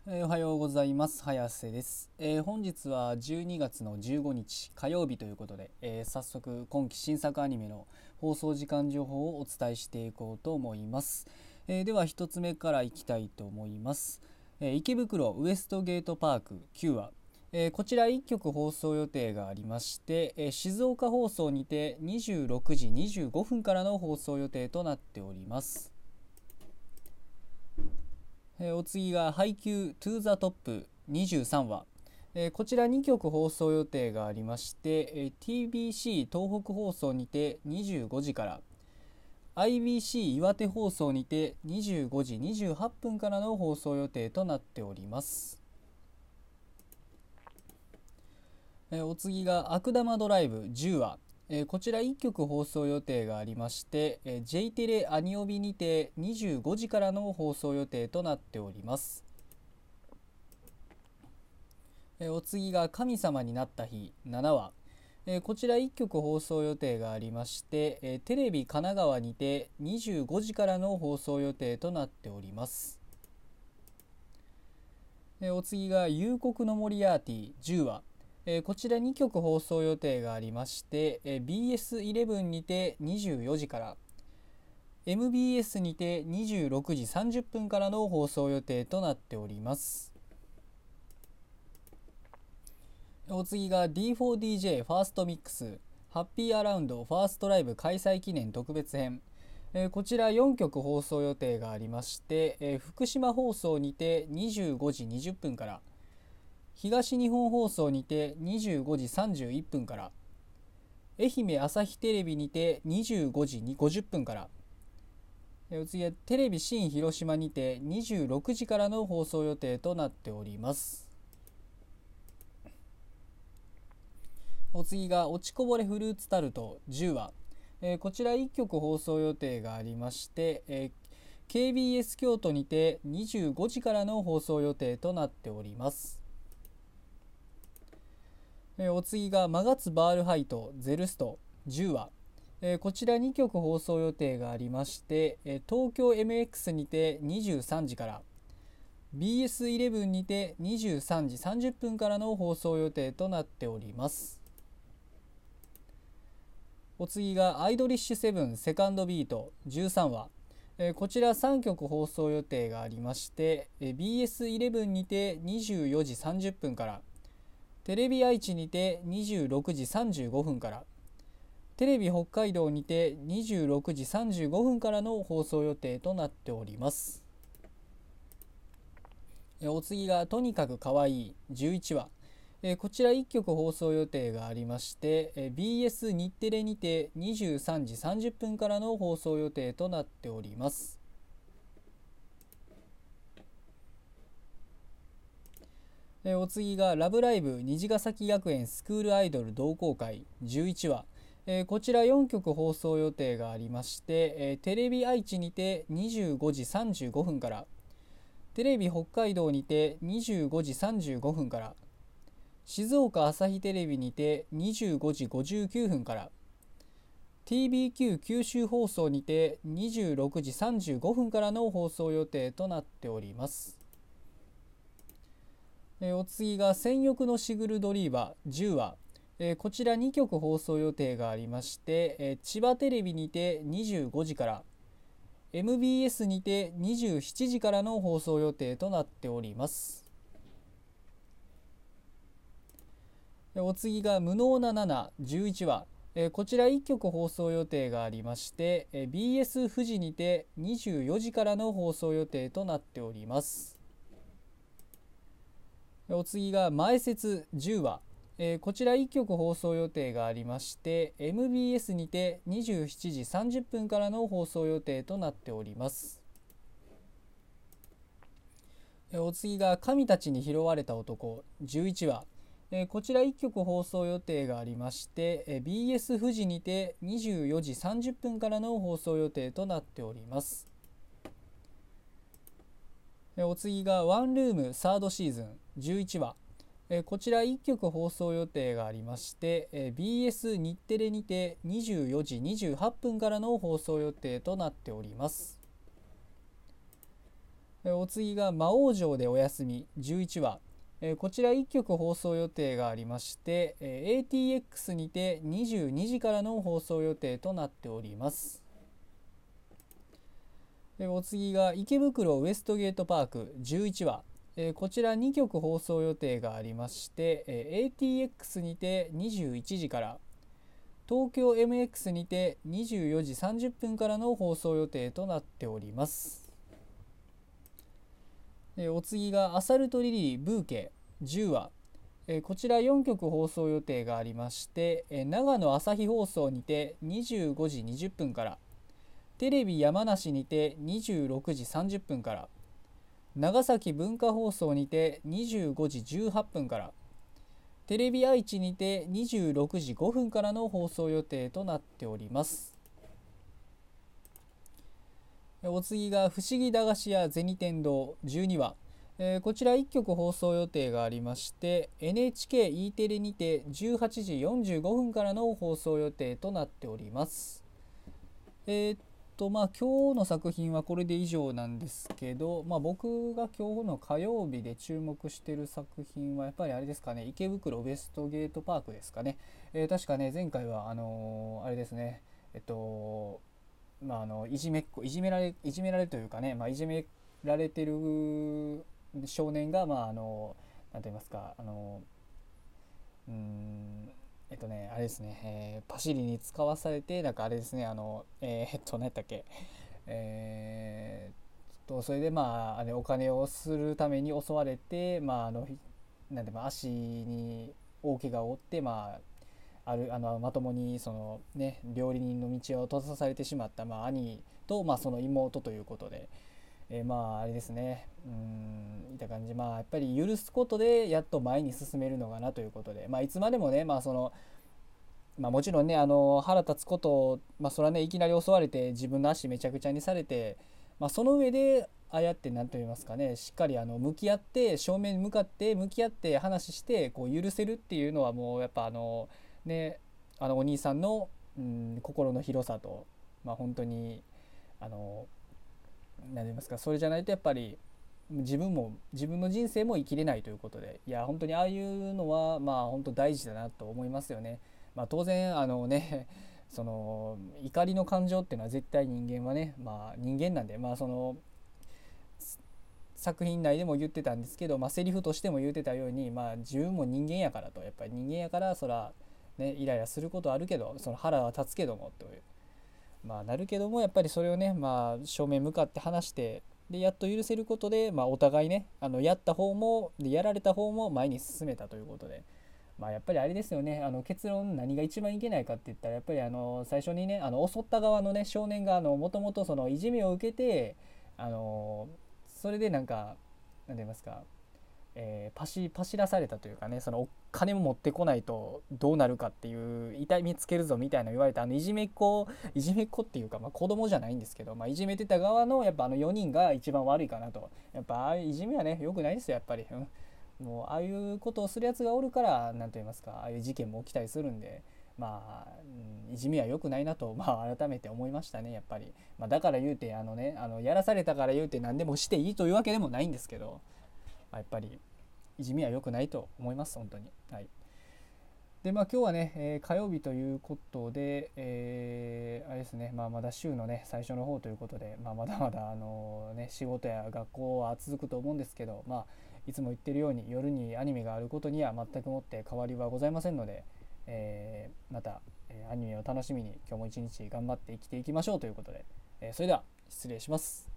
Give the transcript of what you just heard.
おはようございます。早瀬です。本日は12月の15日火曜日ということで、早速今期新作アニメの放送時間情報をお伝えしていこうと思います。では一つ目からいきたいと思います。池袋ウエストゲートパーク9話、こちら1曲放送予定がありまして、静岡放送にて26時25分からの放送予定となっております。お次が配給トゥーザトップ23話、こちら2曲放送予定がありまして、TBC 東北放送にて25時から IBC 岩手放送にて25時28分からの放送予定となっております。お次が悪玉ドライブ10話、こちら1曲放送予定がありまして、J テレアニオビにて25時からの放送予定となっております。お次が神様になった日7話、こちら1曲放送予定がありまして、テレビ神奈川にて25時からの放送予定となっております。お次が夕刻のモリアーティ10話、こちら2曲放送予定がありまして、BS11 にて24時から MBS にて26時30分からの放送予定となっております。お次が D4DJ ファーストミックスハッピーアラウンドファーストライブ開催記念特別編、こちら4曲放送予定がありまして、福島放送にて25時20分から東日本放送にて25時31分から愛媛朝日テレビにて25時50分から、お次はテレビ新広島にて26時からの放送予定となっております。お次が落ちこぼれフルーツタルト10話、こちら1曲放送予定がありまして、KBS 京都にて25時からの放送予定となっております。お次がマガツバールハイトゼルスト10話、こちら2曲放送予定がありまして、東京 MX にて23時から BS11 にて23時30分からの放送予定となっております。お次がアイドリッシュセブンセカンドビート13話、こちら3曲放送予定がありまして、BS11 にて24時30分からテレビ愛知にて26時35分からテレビ北海道にて26時35分からの放送予定となっております。お次がとにかくかわいい11話、こちら1曲放送予定がありまして、BS 日テレにて23時30分からの放送予定となっております。お次がラブライブ虹ヶ崎学園スクールアイドル同好会11話、こちら4曲放送予定がありまして、テレビ愛知にて25時35分からテレビ北海道にて25時35分から静岡朝日テレビにて25時59分から TBQ 九州放送にて26時35分からの放送予定となっております。お次が戦欲のシグルドリーバー10話、こちら2曲放送予定がありまして、千葉テレビにて25時から MBS にて27時からの放送予定となっております。お次が無能な7、11話、こちら1曲放送予定がありまして、BS 富士にて24時からの放送予定となっております。お次が前説10話、こちら1曲放送予定がありまして、MBS にて27時30分からの放送予定となっております。お次が神たちに拾われた男11話、こちら1曲放送予定がありまして、BS 富士にて24時30分からの放送予定となっております。お次がワンルームサードシーズン11話、こちら1曲放送予定がありまして、BS 日テレにて24時28分からの放送予定となっております。 お次が魔王城でお休み11話、こちら1曲放送予定がありまして、ATX にて22時からの放送予定となっております。お次が池袋ウエストゲートパーク11話、こちら2曲放送予定がありまして、ATX にて21時から、東京 MX にて24時30分からの放送予定となっております。お次がアサルトリリーブーケ10話、こちら4曲放送予定がありまして、長野朝日放送にて25時20分から、テレビ山梨にて26時30分から、長崎文化放送にて25時18分から、テレビ愛知にて26時5分からの放送予定となっております。お次が不思議駄菓子屋銭天堂12話、こちら1曲放送予定がありまして NHKE テレにて18時45分からの放送予定となっております。今日の作品はこれで以上なんですけど、僕が今日の火曜日で注目している作品はやっぱりあれですかね、池袋ウエストゲートパークですかね。確かね前回はあれですね、いじめられというかね、いじめられてる少年がなんて言いますか、あれですね、パシリに使わされて、なんかあれですね、何やったっけ、それでお金をするために襲われて、なんで足に大怪我を負って、まともにそのね料理人の道を閉ざされてしまった、兄と、その妹ということで、あれですね、いった感じ、やっぱり許すことでやっと前に進めるのかなということで、いつまでもね、もちろんね腹立つことを、それはねいきなり襲われて自分の足めちゃくちゃにされて、その上でああやって何と言いますかね、しっかり向き合って正面に向かって向き合って話してこう許せるっていうのはもうやっぱお兄さんの、心の広さと、本当に何て言いますか、それじゃないとやっぱり自分の人生も生きれないということで、いや本当にああいうのは本当大事だなと思いますよね。当然その怒りの感情っていうのは絶対人間はね、人間なんで、その作品内でも言ってたんですけど、セリフとしても言ってたように、自分も人間やからと、やっぱり人間やからそらねイライラすることあるけど、その腹は立つけどもという、なるけども、やっぱりそれをね、正面向かって話して、でやっと許せることで、お互いねやった方もでやられた方も前に進めたということで、やっぱりあれですよね、結論何が一番いけないかって言ったら、やっぱり最初にね襲った側のね少年がもともとそのいじめを受けて、それでなんか何て言いますか、パシらされたというかね、そのお金も持ってこないとどうなるかっていう痛みつけるぞみたいな言われたいじめっ子っていうか、子供じゃないんですけど、いじめてた側のやっぱ4人が一番悪いかなと。やっぱああいういじめはね良くないですよやっぱり、もうああいうことをするやつがおるから何と言いますか、ああいう事件も起きたりするんで、いじめは良くないなと、改めて思いましたねやっぱり。だから言うてやらされたから言うて何でもしていいというわけでもないんですけど、やっぱりいじめは良くないと思います本当に。はい。で今日はね、火曜日ということで、あれですね、まだ週のね最初の方ということで、まだまだ仕事や学校は続くと思うんですけど、いつも言ってるように夜にアニメがあることには全くもって変わりはございませんので、また、アニメを楽しみに今日も一日頑張って生きていきましょうということで、それでは失礼します。